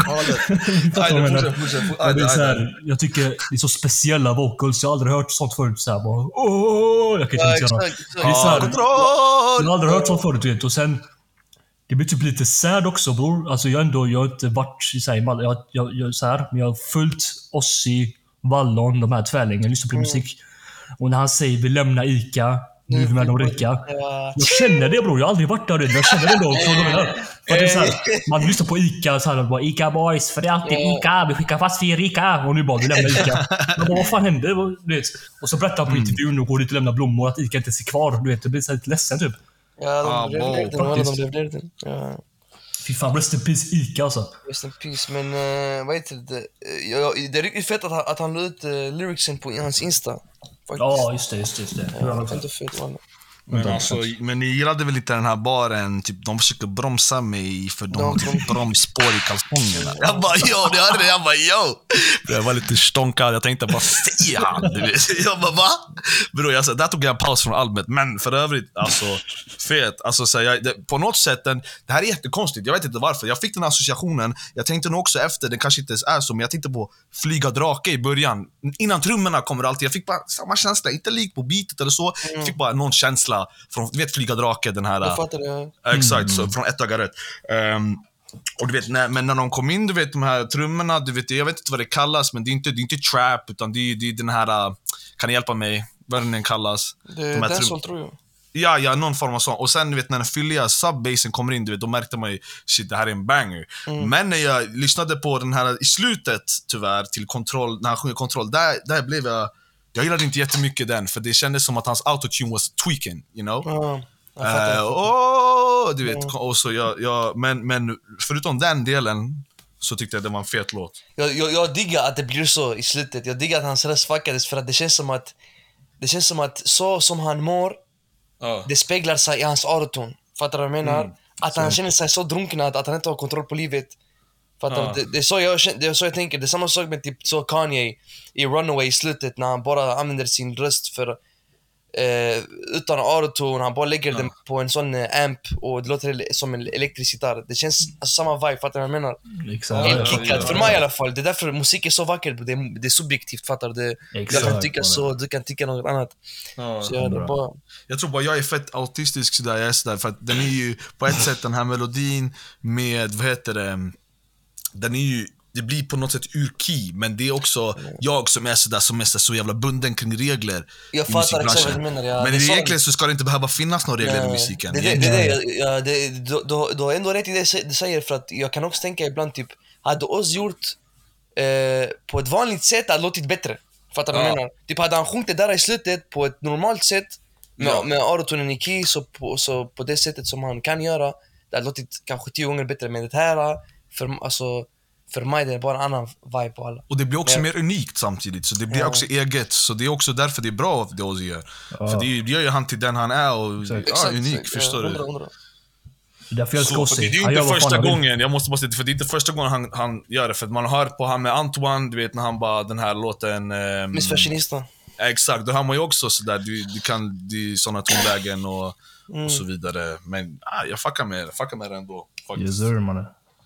galet. Jag tycker det är så speciella vocals. Jag har aldrig hört sånt förut. Så här, bara, åh, jag kan inte ja, säga det. Det är så här, jag har aldrig hört sånt förut, vet. Och sen det blir typ lite sad också, bror. Alltså jag ändå, jag har inte varit i så här, jag, jag, jag, så här, men jag har följt Ossi, Wallon, de här tvärlängen, lyssnar på musik. Och när han säger vi lämnar Ica, nu är vi med de rika. Jag känner det, bror. Jag har aldrig varit där. Jag känner det då. För det är så här, man lyssnar på Ica så här, bara, Ica boys, för det är alltid Ica. Vi skickar fast vi är rika. Och nu bara, vi lämnar Ica. Jag bara, vad fan händer? Du vet. Och så berättar han på intervjun och går dit och lämnar blommor att Ica inte är kvar. Du vet, det blir så här lite ledsen typ. Ja, de blev det. Ja. Fy fan, rest in peace Ica alltså. Rest in peace, men uh, vad heter det? Uh, ja, det är riktigt fett att, han, att han la ut uh, lyricsen på hans Insta. Faktiskt. Ja, just det, just det. Just det. Ja, det är fett, man. Men, alltså, men ni gillade väl inte den här baren, typ, de försökte bromsa mig för de har typ bromsspår i kalsongerna. Jag bara, yo, det hörde det, jag bara, yo. Jag var lite stonkad, jag tänkte bara, säg han, du vet. Jag bara, va? Bro, jag, så, där tog jag en paus från albumet, men för övrigt, alltså, fet. Alltså, så, jag, det, på något sätt, den, det här är jättekonstigt, jag vet inte varför. Jag fick den associationen, jag tänkte nog också efter, det kanske inte är så, men jag tänkte på Flyga drake i början. Innan trummorna kommer alltid, jag fick bara samma känsla, inte lik på beatet eller så, jag fick bara någon känsla från, du vet Flyga drake, den här. Jag fattar det. Ja. Exakt, mm. så, från ett öga rätt. Um, och du vet, när, men när de kom in, du vet de här trummorna, du vet, jag vet inte vad det kallas, men det är inte, det är inte trap, utan det är, det är den här, uh, kan ni hjälpa mig, vad den kallas? Det är dancehall, tror jag. Ja, ja, någon form av sån. Och sen, du vet, när den fylliga subbassen kommer in, du vet, då märkte man ju, shit, det här är en banger. Mm. Men när jag lyssnade på den här i slutet, tyvärr, till kontroll, när han sjunger kontroll, där, där blev jag, jag gillade inte jättemycket den, för det kändes som att hans autotune was tweaking, you know? Mm. Uh, oh, du vet, mm. och så jag, jag, men, men förutom den delen så tyckte jag det var en fet låt. Jag, jag, jag diggar att det blir så i slutet. Jag diggar att hans röst fuckades, för att det känns som att det känns som att så som han mår, uh. det speglar sig i hans autotune. Fattar du vad jag menar? Mm. Att han så. känner sig så drunknad att han inte har kontroll på livet. Fattar uh. det, det, är så jag, det är så jag tänker. Det är samma sak med typ så Kanye i Runaway i slutet, när han bara använder sin röst för Uh, utan autotune, han bara lägger ja. den på en sån uh, amp och det låter som en elektrisk gitarr. Det känns alltså, samma vibe, fattar du vad jag menar? Exakt. Ja, ja, ja, för mig i alla fall. Det är därför musik är så vacker. Det är, det är subjektivt, fattar du? Jag kan tycka så, du kan tycka något annat. Ja, så jag, det bara... jag tror bara jag är fett autistisk sådär, jag är sådär, för att den är ju på ett sätt den här melodin med, vad heter det, den är ju, det blir på något sätt ur key, men det är också mm. jag som är sådär, som är så, så jävla bunden kring regler. Jag fattar exakt vad du menar. Ja. Men egentligen så ska det inte behöva finnas några regler, nej, i musiken. Det, det, det, det, ja, det, du, du, du har ändå rätt i det du säger, för att jag kan också tänka ibland typ, hade oss gjort eh, på ett vanligt sätt hade låtit bättre. Fattar du ja. vad jag menar? Typ hade han sjungit det där i slutet på ett normalt sätt med, ja. med autotunen i key, så på, så på det sättet som han kan göra, det hade låtit kanske tio gånger bättre. Men det här, för, alltså för mig det är bara en annan vibe på alla. Och det blir också men... mer unikt samtidigt, så det blir ja. också eget. Så det är också därför det är bra det Ozzy gör. Ja. För det gör ju han till den han är och exakt. Ja, unik, exakt. Förstår ja, du? undra, undra. Därför jag så, det är ju inte första gången, jag måste bara säga, för det är inte första gången han, han gör det. För man har hört på han med Antoine, du vet när han bara, den här låten um... Miss Fashionista. Exakt, då har man ju också sådär, du, du kan, det är sådana tonlägen och, mm. och så vidare. Men ah, jag fuckar med det, fuckar med det ändå. Yes sir, man.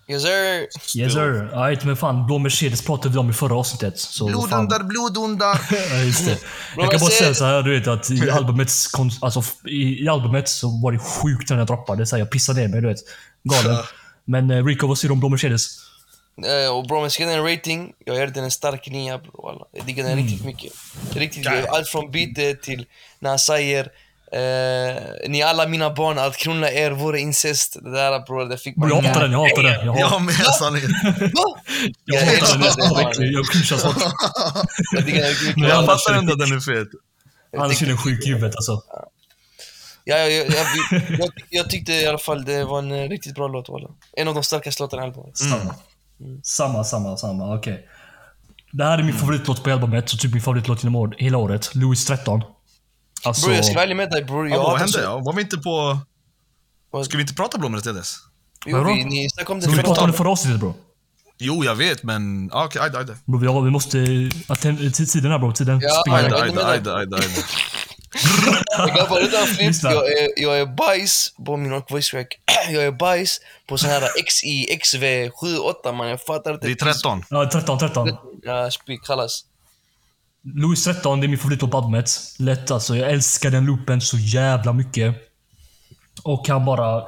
Yes sir. Yes sir. Ja, men fan, blå Mercedes pratade vi om i förra avsnittet. Så blodundar, blodundar. Ja, just det. Jag kan bara säga så här, du vet att i albumets, alltså, i, i albumet så var det sjukt när jag droppade. Så här, jag pissade ner mig, du vet. Galen. Men uh, Rico, vad säger du om blå Mercedes? Uh, och bro, men ska den en rating? Jag ger den en stark nia, bro. Alla. Jag diggar den mm. riktigt mycket. Riktigt, allt från beatet till när han säger Uh, ni alla mina barn, att kronorna är våra incest. Det där, bro, det fick man. Jag hatar den, jag hatar den. Jag, jag med sanningen. Jag hatar den, jag kryssar sånt. Men jag fattar ändå att den är fet. Han känner sjuk i huvudet, alltså. Ja, jag, jag, jag, jag, jag tyckte i alla fall det var en riktigt bra låt, walla. En av de starkaste låtarna i albumet. Mm. Mm. Samma, samma, samma, okej. Okay. Det här är min favoritlåt på albumet, så typ min favoritlåt genom år, hela året. Louis tretton. Alltså... Bro, jag ska välja med dig, bror. Ja, vad hände? Så... Ja, var vi inte på... Ska vi inte prata blå Mercedes? Jo, vi, ni snackade om det. Så vi pratade om det förra avsnittet, bro. Jo, jag vet, men... Ah, okej, ajde, ajde. Bro, vi, vi måste... Tiden här, bro. Tiden. Ja, ajde, ajde, ajde, ajde, ajde. Jag kan bara utan flip. Jag är, jag är bajs på min voice track. Jag är bajs på sån här X I X V sju åtta, man. Jag fattar inte. Det är tretton. Ja, tretton, tretton. Ja, spik, kallas. Louis tretton, det är min favoritlåt på albumet. Lätt alltså, jag älskar den loopen så jävla mycket. Och han bara...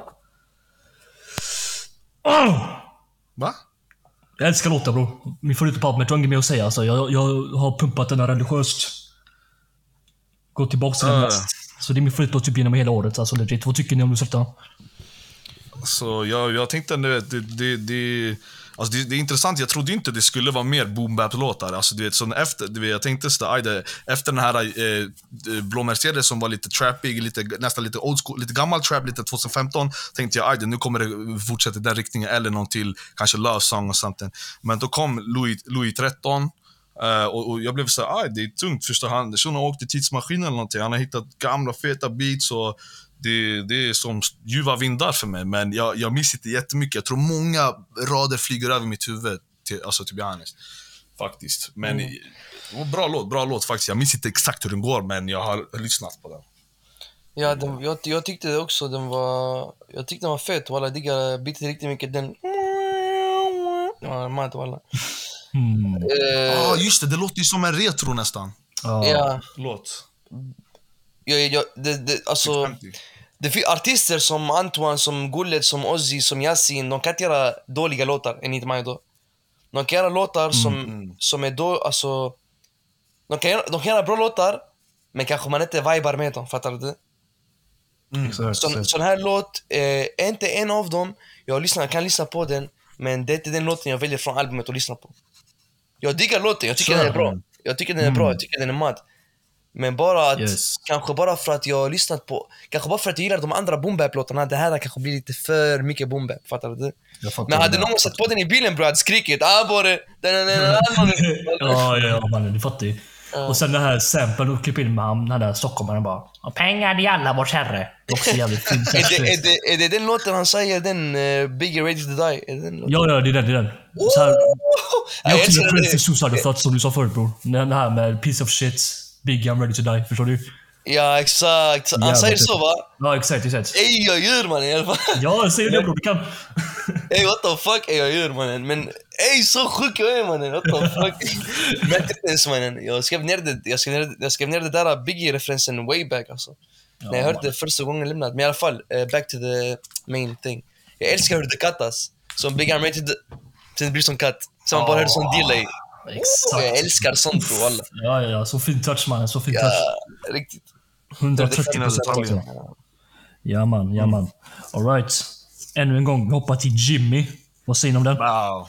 Oh! Va? Jag älskar låten, bro. Min favoritlåt på albumet, jag har inget mer att säga. Alltså, jag, jag har pumpat den här religiöst. Gått tillbaka till den mest. Så det är min favoritlåt typ genom hela året. Alltså legit. Vad tycker ni om Louis tretton? Så jag, jag tänkte ändå det, det, det, alltså det, det är intressant. Jag trodde inte det skulle vara mer boom bap låtar. Alltså du vet, så efter du vet, jag tänkte så där, efter den här eh, blå Mercedes som var lite trappig, lite nästan lite old school, lite gammal trap, lite tjugohundrafemton, tänkte jag ajde, nu kommer det fortsätta i den riktningen eller någon till kanske Love Song och sånt. Men då kom Louis Louis tretton. Uh, och, och jag blev så här, det är tungt första hand. Så han har åkt i tidsmaskinen eller någonting. Han har hittat gamla feta beats och det, det är som ljuva vindar för mig. Men jag, jag missar inte jättemycket. Jag tror många rader flyger över mitt huvud till, alltså to be honest. Faktiskt. Men mm. bra låt, bra låt faktiskt. Jag missar inte exakt hur den går, men jag har lyssnat på den. Ja, den, jag, jag tyckte också den var... Jag tyckte den var fet. Walla, jag diggar beatet riktigt mycket. Den... Ja, mat, walla. Mm. Uh, ah, just det, det låter ju som en retro nästan. Ah. Ja. Låt. Ja, ja, det, det, alltså, det finns artister som Antoine, som Gullet, som Ozzy, som Yasin. De kan inte göra dåliga låtar, enligt mig då. De kan göra låtar mm. som, som är då, alltså... De kan, göra, de kan göra bra låtar, men kanske man inte vibar med dem, fattar du? Mm. Så, sån här låt eh, är inte en av dem. Jag, lyssnar, jag kan lyssna på den, men det är inte den låten jag väljer från albumet att lyssna på. Jag diggar låten, jag tycker så, den är bra. Jag tycker den är mm. bra, jag tycker den är mad. Men bara att, yes. kanske bara för att jag har lyssnat på, kanske bara för att jag gillar de andra boom bap låtarna, det här kanske blir lite för mycket boom bap, fattar du? Men hade någon satt på den i bilen, bro, hade skrikit, ah bara, den ja, ja, man, du fattar ju. Uh. Och sen den här samplen och klipp in med han, den där stockholmaren bara, pengar i alla vårs herre. Det är också jävligt fint. är, det, är, det, är det den låten han säger, den uh, Biggie Ready to Die? Är det den låten? Ja, ja, det är den, det är den. Oh! Så här, jag har också referens till Suicide Thoughts som du sa förut, bror. Den här med piece of shit, Biggie I'm ready to die, förstår du? Ja, exakt. Han säger så, va? Ja, exakt, exakt. Ey, jag gör, man, i alla fall. Ja, jag säger det, bror, du kan. Ey, what the fuck, ey, jag gör, mannen. Men, ey, så sjuk jag är, mannen. What the fuck. Men inte ens, mannen. Jag skrev ner det, jag skrev ner, jag skrev ner det där Biggie-referensen way back, alltså. Ja, när jag hörde man. det första gången lämnat. Men i alla fall, uh, back to the main thing. Jag älskar hur det kattas. Som Biggie I'm ready to die. Sen det blir som katt. Så man bara hörde sån delay. Exakt. Jag älskar sånt, bro, alla. Ja, ja, ja. Så fin touch, mannen. Så fin touch. Ja, riktigt. hundratrettio procent. Ja, man. Ja, man. All right. Ännu en gång, vi hoppar till Jimmy. Vad säger ni om den? Wow.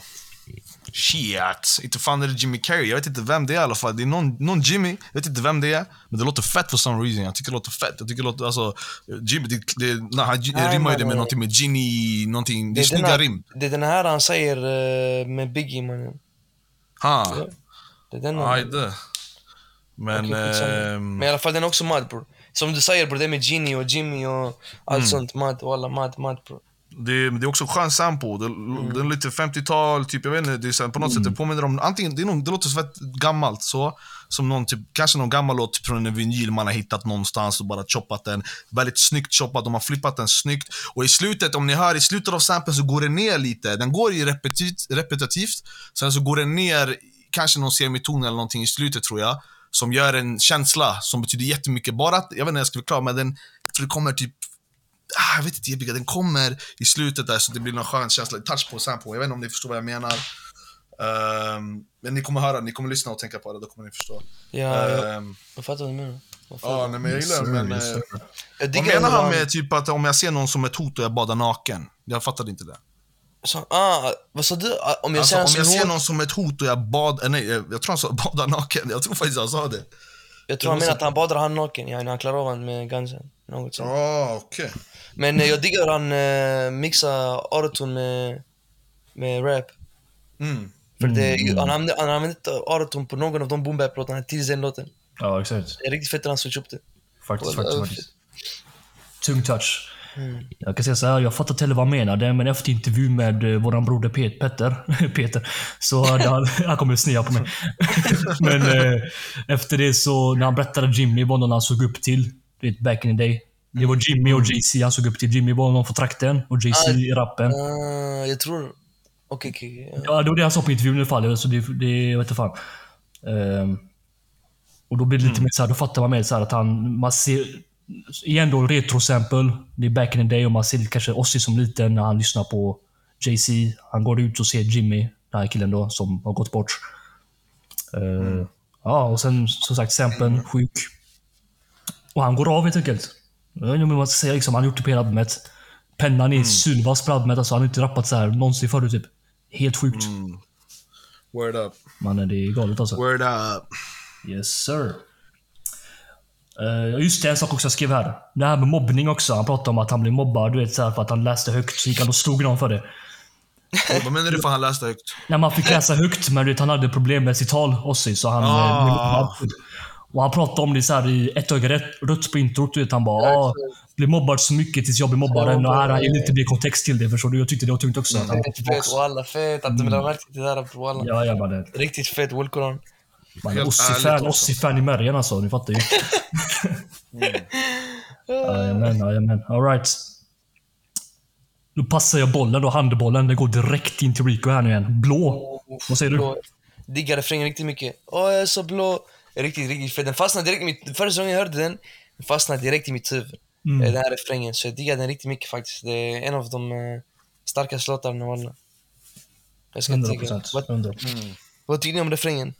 Shit. Inte fan är det Jimmy Carrey. Jag vet inte vem det är i alla fall. Det är någon, någon Jimmy. Jag vet inte vem det är. Men det låter fett for some reason. Jag tycker det låter fett. Jag tycker det låter, alltså... Jimmy, det, det, nej, han nej, rimmar ju det med någonting med Ginny, någonting. Det är snygga rim. Det är den här han säger uh, med Biggie, man. Ha. Ja, det är den. Aj, det. Men... Okay, ähm, men i alla fall den är också mad, bro. Som du säger, bro, det med Ginny och Jimmy och allt mm. sånt. Mad, och alla mad, mad, bro. Det, det är också skön sample. Det, mm. det är lite femtiotal, typ, jag vet inte, det är så här, på något mm. sätt det påminner om, antingen, det, är nog, det låter så fett gammalt så, som någon typ, kanske någon gammal låt typ, från en vinyl man har hittat någonstans och bara choppat den, väldigt snyggt choppat, de har flippat den snyggt, och i slutet, om ni hör, i slutet av samplen så går det ner lite, den går ju repetitivt, repetitivt sen så går den ner, kanske någon semiton eller någonting i slutet tror jag, som gör en känsla som betyder jättemycket, bara att, jag vet inte, jag ska förklara, men den, jag tror det kommer typ Ah, jag vet inte, den kommer i slutet där så det blir någon skön känsla, touch på sample. Jag vet inte om ni förstår vad jag menar. Um, men ni kommer höra, ni kommer lyssna och tänka på det, då kommer ni förstå. Ja, um, jag fattar vad du menar. Ja, nej, men jag gillar men yes, uh, vad menar han med typ att om jag ser någon som ett hot och jag badar naken? Jag fattade inte det. Så, ah, vad sa du? Om jag, alltså, ser, om jag ser hot... någon som ett hot och jag badar, nej, jag, jag tror han sa badar naken. Jag tror faktiskt han sa det. Jag tror han menar att han badar han naken, ja, när han klarar av han med gansen. Något sånt. Ah, okej. Okay. Men jag diggar han uh, mixa autotune med, med rap. Mm. För det, mm. han använder han använder autotune på någon av de boom bap låtarna till den låten. Ja, exakt. Det är riktigt fett att han switch upp det. Faktiskt, faktiskt, faktiskt. Tung touch. Mm. Jag kan säga så här, jag fattar inte vad han menade, men efter intervju med uh, våran broder Pet- Petter, Peter, så hade han, han kommer snea på mig. Men uh, efter det så, när han berättade Jimmy var någon han såg upp till, vet, back in the day. Det var Jimmy och Jay-Z, han såg upp till Jimmy var någon från trakten och Jay-Z ah, i rappen. Uh, jag tror... Okej, okay, okej. Okay, yeah. Ja, det var det han sa på intervjun i alla fall, så det, det jag vet inte fan. Um, och då blir det lite mm. mer så här, då fattar man mer så här att han, man ser, igen då retro-sample, det är back in the day och man ser kanske Ozzy som liten när han lyssnar på Jay-Z. Han går ut och ser Jimmy, den här killen då, som har gått bort. Uh, mm. Ja, och sen som sagt, samplen, sjuk. Och han går av helt enkelt. Jag vet inte om man ska säga, liksom, han har gjort det på hela albumet. Pennan är mm. sylvass på albumet, alltså han har inte rappat så här någonsin förut typ. Helt sjukt. Mm. Word up. Man, det är galet alltså. Word up. Yes sir. Uh, just det, en sak också jag skrev här. Det här med mobbning också. Han pratade om att han blev mobbad, du vet, så här, för att han läste högt. Så gick han och slog någon för det. Vad menar du för att han läste högt? När man fick läsa högt, men du vet, han hade problem med sitt tal också, så han ah. blev mobbad. Och han pratade om det så här i ett öga rätt, rött på introt, du vet, han bara ah, blev mobbad så mycket tills jag blev mobbad. Och här har ju lite mer kontext till det, förstår du? Jag tyckte det var tungt också. Mm. Att han fett, fett, walla, fett att du vill ha märkt det där på walla. Ja, ja, man. Riktigt fett, Wolkoran. Man är Ossi-fan, Ossi-fan i märgen alltså, ni fattar ju. mm. Jajamän, jajamän. All right. Nu passar jag bollen då, handbollen, den går direkt in till Rico här nu igen. Blå. Vad säger blå. Du? Diggar refrängen riktigt mycket. Åh, jag är så blå. Riktigt, riktigt fett. Den fastnade direkt i mitt... Första gången jag hörde den, den fastnade direkt i mitt huvud. Mm. Den här refrängen. Så jag diggar den riktigt mycket faktiskt. Det är en av de uh, starkaste låtarna av alla. Jag ska hundra procent. Vad, mm. Vad tycker ni om refrängen?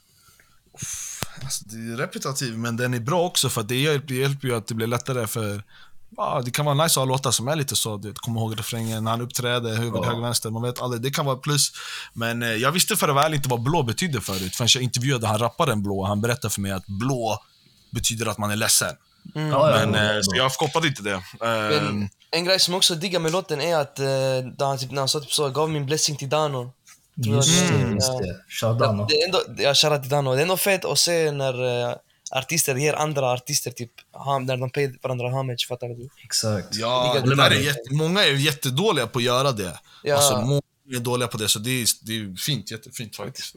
Alltså, det är repetitiv, men den är bra också för att det hjälper, hjälper ju att det blir lättare för... Ja, det kan vara nice att ha låtar som är lite så, du kommer ihåg refrängen när han uppträder, höger, ja. höger, vänster, man vet aldrig, det kan vara plus. Men eh, jag visste för att väl inte vad blå betydde förut, förrän jag intervjuade han rapparen blå, han berättade för mig att blå betyder att man är ledsen. Mm. Men eh, så jag kopplade inte det. Men, um, en grej som också diggar med låten är att eh, han, typ, när han sa typ så, gav min blessing till Dano. Just det, just det. Shout Dano. Det är ändå, jag shout till Dano. Det är ändå fett att se när eh, artister ger andra artister typ när de pay varandra homage, fattar du? Exakt. Ja, det där är jätte, många är jättedåliga på att göra det. Ja. Alltså många är dåliga på det, så det är, det är fint, jättefint faktiskt.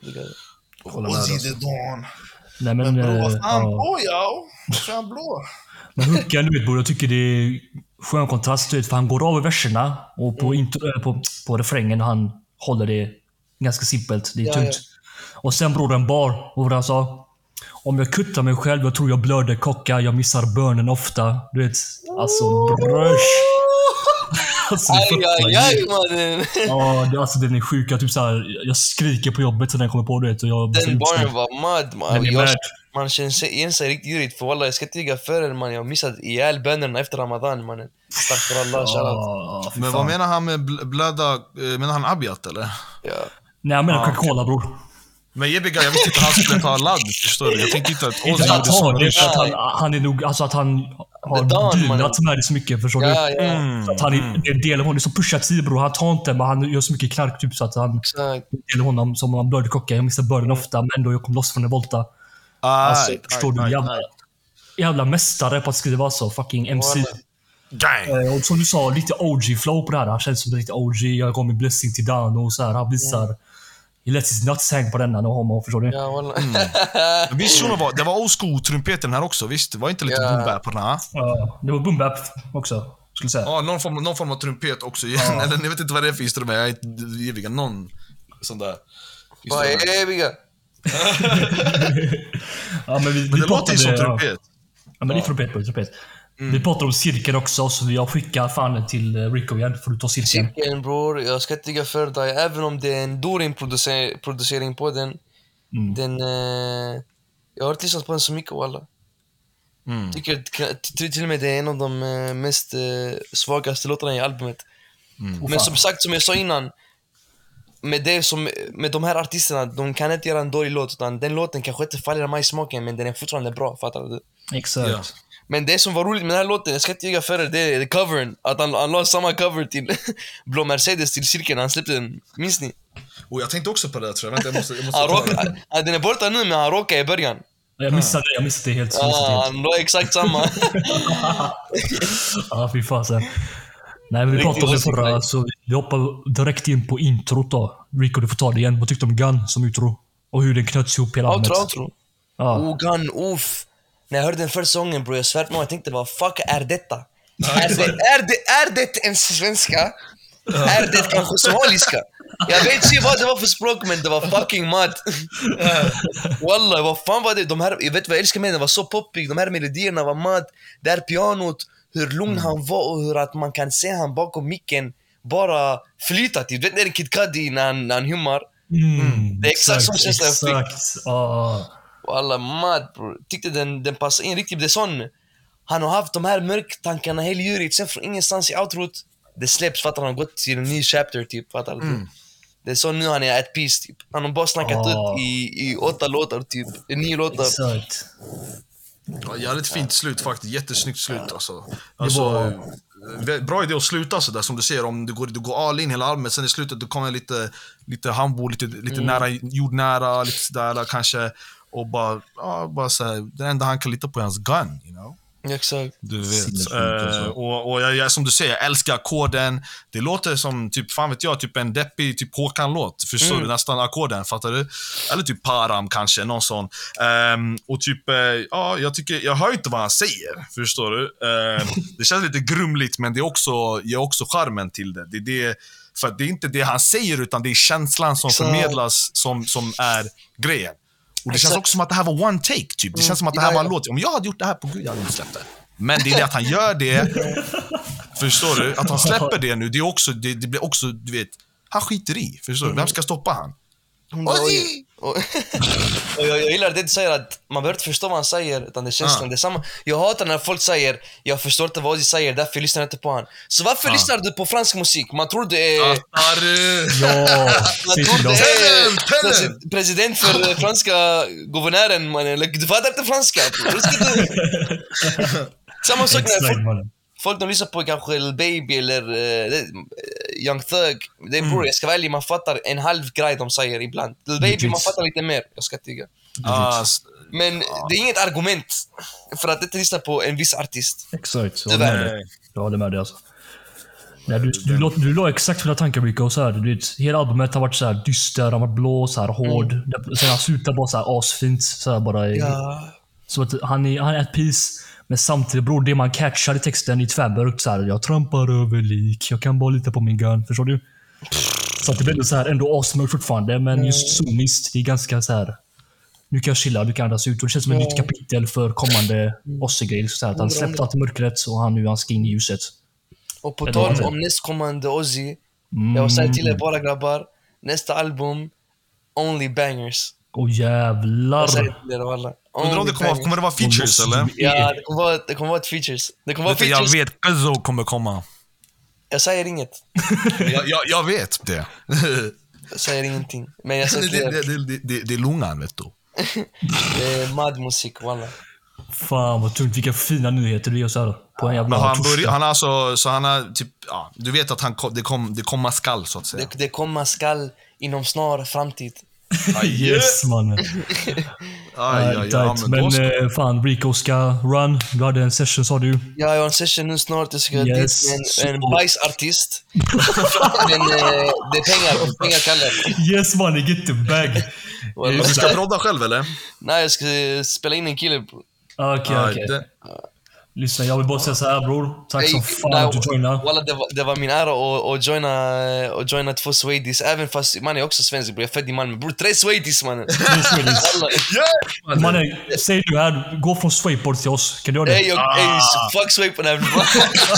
Ozzy the Dawn. Nej men, men blå, äh, fan blå, ja. Fan blå. Men hooken, du vet, jag tycker det är skön kontrast, du vet, för han går av i verserna och på, mm. intro, på, på refrängen han håller det ganska simpelt, det är ja, tungt. Ja. Och sen bror en bar, och han sa om jag kuttar mig själv, jag tror jag blöder kocka, jag missar börnen ofta. Du vet, alltså brösch. Alltså, aj, aj, aj, mannen. Ja, det, alltså den är sjuk. Jag, typ så här, jag skriker på jobbet så den kommer på, du vet. Och jag, den barnen var mad, man. Jag, man känner igen sig riktigt djurigt. För alla, jag ska tyga för man. Jag har missat ihjäl bönerna efter Ramadan, mannen. Tack för Allah, ja, men vad menar han med blöda? Menar han Abiat, eller? Ja. Nej, jag menar ah, Coca-Cola, okay. bror. Men Jebiga, jag visste inte att han skulle ta ladd, förstår du? Jag tänkte inte att Ozzy gjorde så mycket. Han, han är nog, alltså att han har dealat med det så mycket, förstår du? Ja, ja. Mm, att han är en del av honom, det är så pushat tid, bror. Han tar inte, men han gör så mycket knark, typ, så att han delar honom som han blöder kocka. Jag missar börden ofta, men då jag kom loss från en volta. Alltså, aj, förstår aj, du? Aj, jävla, aj. jävla mästare på att skriva så, fucking M C. Gang. Och som du sa, lite O G-flow på det här. Han känns som lite O G. Jag går med blessing till Dan och så här. Han visar... Mm. He lets his nuts hang på denna. Homo, förstår du? Ja, wallah. Mm. Visst, var, det var old school trumpeten här också. Visst, det var inte lite yeah. boom bap på den här? Ja, det var boom bap också. Skulle säga. Ja, någon form, någon form av trumpet också. Ja. Eller jag vet inte vad det är för instrument. Jag är inte eviga. Någon sån där. Vad är eviga? Ja, men vi, men det vi låter ju som trumpet. Ja, ja men det är trumpet på trumpet. Mm. Vi pratar om cirkeln också, så jag skickar fan till Rico igen för att ta cirkeln. Cirkeln, bror. Jag ska inte ligga för dig. Även om det är en Dorin-producering på den. Mm. Den... Eh, jag har inte lyssnat på den så mycket, alla. Mm. Tycker till och med det är en av de mest eh, svagaste låtarna i albumet. Mm. Men som sagt, som jag sa innan, med, det som, med de här artisterna, de kan inte göra en dålig låt, utan den låten kanske inte faller mig i smaken, men den är fortfarande bra, fattar du? Exakt. Ja. Men det som var roligt med den här låten, jag ska inte ljuga för det, det är covern. Att han, han la samma cover till Blå Mercedes till cirkeln, han släppte den, minns ni? Och jag tänkte också på det, tror jag. Vänta, jag måste, jag måste han råka, den är borta nu, men han råkade i början. Jag missade det, jag missade det helt. Ja, han la exakt samma. Ja, fy fasen. Nej, men vi pratade om det förra, så vi hoppar direkt in på introt då. Rico, du får ta det igen. Vad tyckte du om Gun som intro? Och hur den knöts ihop hela albumet. Outro, outro. Ja. Oh, Gun, uff. När jag hörde den första sången, bro, jag svär på mig, jag tänkte, vad fuck är detta? är, det, är, det, är det en svenska? Är det kanske somaliska? Jag vet inte vad det var för språk, men det var fucking mad. Wallah, vad fan var det? De här, jag vet vad jag älskar med den, var så poppig. De här melodierna var mad. Där pianot, hur lugn mm. han var och hur att man kan se han bakom micken bara flyta till. Du vet när Kid Cudi när han, när han hummar. Mm, det är exakt, exakt som känsla jag fick. Oh. Wallah, mad, bro. Tyckte den, den passade in riktigt. Det är sån. Han har haft de här mörktankarna hela djuret. Sen från ingenstans i outrot, det släpps för att han har gått till en ny chapter, typ. Fattar du? Mm. Det är så nu han är at peace, typ. Han har bara snackat oh. ut i, i åtta låtar, typ. I nio låtar. Exakt. Ja, jävligt fint slut faktiskt. Jättesnyggt slut, alltså. Alltså, var... bra idé att sluta så där, som du ser. Om du går, du går all in hela albumet, sen i slutet du kommer lite, lite humble, lite, lite mm. nära, jordnära, lite sådär kanske. Och bara, ja, bara såhär, det enda han kan lita på är hans gun, you know? Exakt. Du vet. Uh, och och jag, jag, som du säger, jag älskar ackorden. Det låter som, typ, fan vet jag, typ en deppig typ Håkan-låt. Förstår mm. du? Nästan ackorden, fattar du? Eller typ Param kanske, någon sån. Um, och typ, uh, ja, jag tycker, jag hör inte vad han säger. Förstår du? Uh, det känns lite grumligt, men det är också, ger också charmen till det. Det är det. För det är inte det han säger, utan det är känslan som förmedlas som, som är grejen. Och det känns också som att det här var one take, typ. Det känns som att det här var en låt. Om jag hade gjort det här på Gud, jag hade inte släppt det. Men det är det att han gör det. Förstår du? Att han släpper det nu, det är också, det, det blir också, du vet, han skiter i. Förstår du? Vem ska stoppa han? Oj! Och jag, jag gillar det du säger, att man behöver inte förstå vad han säger, utan det känns ah. det samma. Jag hatar när folk säger, jag förstår inte vad Ozzy säger, därför lyssnar jag inte på han. Så varför ah. lyssnar du på fransk musik? Man tror det är... Ah, ja, man tror det är presi- president för franska guvernören, man. Du fattar inte franska. Samma sak när folk, folk de lyssnar på kanske Lil Baby eller uh, Young Thug. Det är mm. bror, jag ska välja, man fattar en halv grej de säger ibland. Lil Baby, man fattar lite mer, jag ska tyga. Ah, men ah. det är inget argument för att inte lyssna på en viss artist. Exakt, så jag håller med dig alltså. Nej, du, du, du, du la exakt mina tankar, Rico, så här, du vet, hela albumet har varit så här dyster, har varit blå, så här hård. Mm. Sen han slutar bara så här asfint, så här bara i, ja. Så att han är, han är at peace. Men samtidigt, bror, det man catchar i texten i tvärmörkt så här, jag trampar över lik, jag kan bara lita på min gun, förstår du? Så att det blir så här ändå asmörkt fortfarande, men just soniskt, det är ganska så här. Nu kan jag chilla, du kan andas ut, och det känns som ett nytt kapitel för kommande Ozzy-grejer, så att han släppte allt i mörkret och han nu han ska in i ljuset. Och på tal om nästkommande Ozzy, mm. jag säger till er bara grabbar, nästa album, Only Bangers. Åh oh, jävlar. Jag säger till er alla. Undrar om det kommer, kommer det vara features, eller? Ja, det kommer vara, det kommer vara ett features. Det kommer vara features. Jag vet, Guzzo kommer komma. Jag säger inget. jag, jag, jag vet det. Jag säger ingenting. Men jag säger det, det, det, det, det är lungan, vet du. Det är mad musik, wallah. Fan vad tungt, vilka fina nyheter det är så här på en jävla han börjar, han alltså så han har typ ja, du vet att han det kom det komma skall så att säga. Det, det komma skall inom snar framtid. Yes man. Aj, aj, aj, ja, men men då ska- eh, fan, Rico ska run. Du hade en session sa du. Ja, jag har en session nu snart. Jag ska Yes. dit med Så- en, en bajsartist. Men eh, det är pengar. Pengar kallar. Yes money, get the bag. Well, Du ska prodda själv eller? Nej, jag ska spela in en kille. bro. Okej, Aj, okej. det- Lyssna, jag vill bara säga så här bror. Tack som Ey, fan nej, att du joinade. walla, det, var, det var min ära att, att, joina, att joina två Swedish. Även fast man är också svensk bror. Jag är född i Malmö. Bror, tre Swedish mannen. Tre Swedish. Walla. Mannen, säg du här, gå från swayboard till oss. Kan du göra det? Ey, jag, ey, fuck Sway på den här.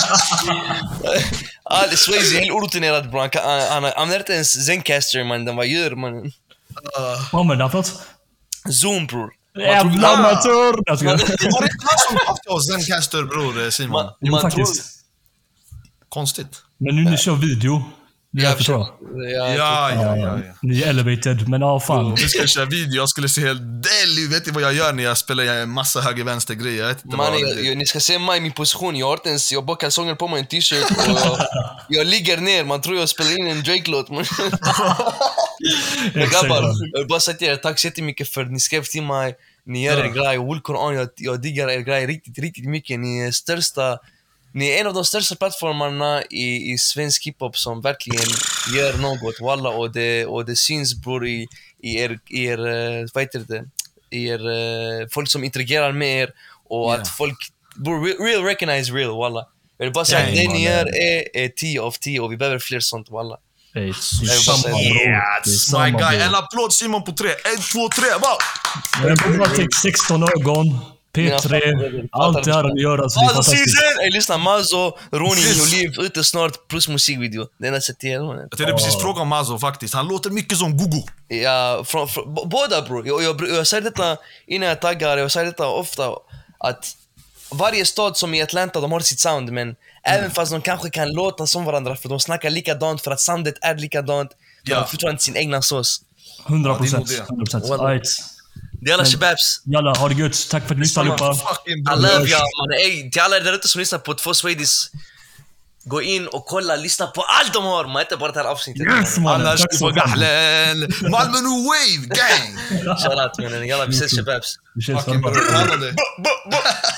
All Swayze är helt orutinerad bror. Han, kan- han, han, han är inte ens Zencaster man. Den vad gör man? Vad använder han för något? Zoom bror. Jävla amatör! Jag skojar. Var det inte han som haft oss Zencaster, bror eh, Simon? Man, Jo, man faktiskt. Konstigt. Men nu ni kör video. Det är Jag därför tror jag. förstår. Ja, Ja, ja, ja. ja. Ni är elevated, men ja fan. Vi ska köra video, jag skulle se helt deli. Vet ni vad jag gör när jag spelar en massa höger-vänster grejer? Jag vet inte Man, vad jag, det jag, ni ska se mig i min position. Jag har inte ens, jag har bara kalsonger på mig, en t-shirt och jag, jag ligger ner. Man tror jag spelar in en Drake-låt. Men Exakt. grabbar, jag vill bara säga till er, tack så jättemycket för att ni skrev till mig. Ni gör er grej, Will Quran, jag, jag diggar er grej riktigt, riktigt mycket. Ni är största, ni är en av de största plattformarna i, i svensk hiphop som verkligen gör något, walla. Och det, och det syns bror i, i er, i er, eh, vad heter det, i er, eh, folk som interagerar med er. Och Yeah. att folk, bror, re- real recognize real, walla. Jag vill bara säga Yeah, att det ni man. gör är, är tio av tio och vi behöver fler sånt, walla. Ey, det är Jag vill bara samma säga- bror. Det är Yes, samma my guy. bror. En applåd Simon på tre. En, två, tre, va? Men bror, take sexton ögon. P tre. Allt det här ni gör alltså. Det är Mazo fantastiskt. season! Ey lyssna, Mazo, Ronny, Oliv, ute snart plus musikvideo. Den har sett till mannen. Jag tänkte precis fråga om Mazo faktiskt. Han låter mycket som Gugu. Ja, från, från, b- båda bror. Jag, jag, jag säger detta innan jag taggar, jag säger detta ofta. Att varje stad som i Atlanta, de har sitt sound. Men även fast de kanske kan låta som varandra för de snackar likadant, för att soundet är likadant. De Ja. har fortfarande sin egna sås. hundra Ja, det är nog procent. det. hundra procent. Wallah. Alright. Det är alla shababs. Jalla, ha det gött. Tack för att ni lyssnade allihopa. Fucking I bro. love y'all man. Ey, till alla er där ute som lyssnar på två Swedish. Gå in och kolla, lyssna på allt de har. Man inte bara det här avsnittet. Yes mannen, Annars tack du så får fan. gahlen. Malmö New Wave, gang! Shoutout mannen. Yalla vi ses shababs. Vi ses. Fucking Bye. bror. Bu- bu-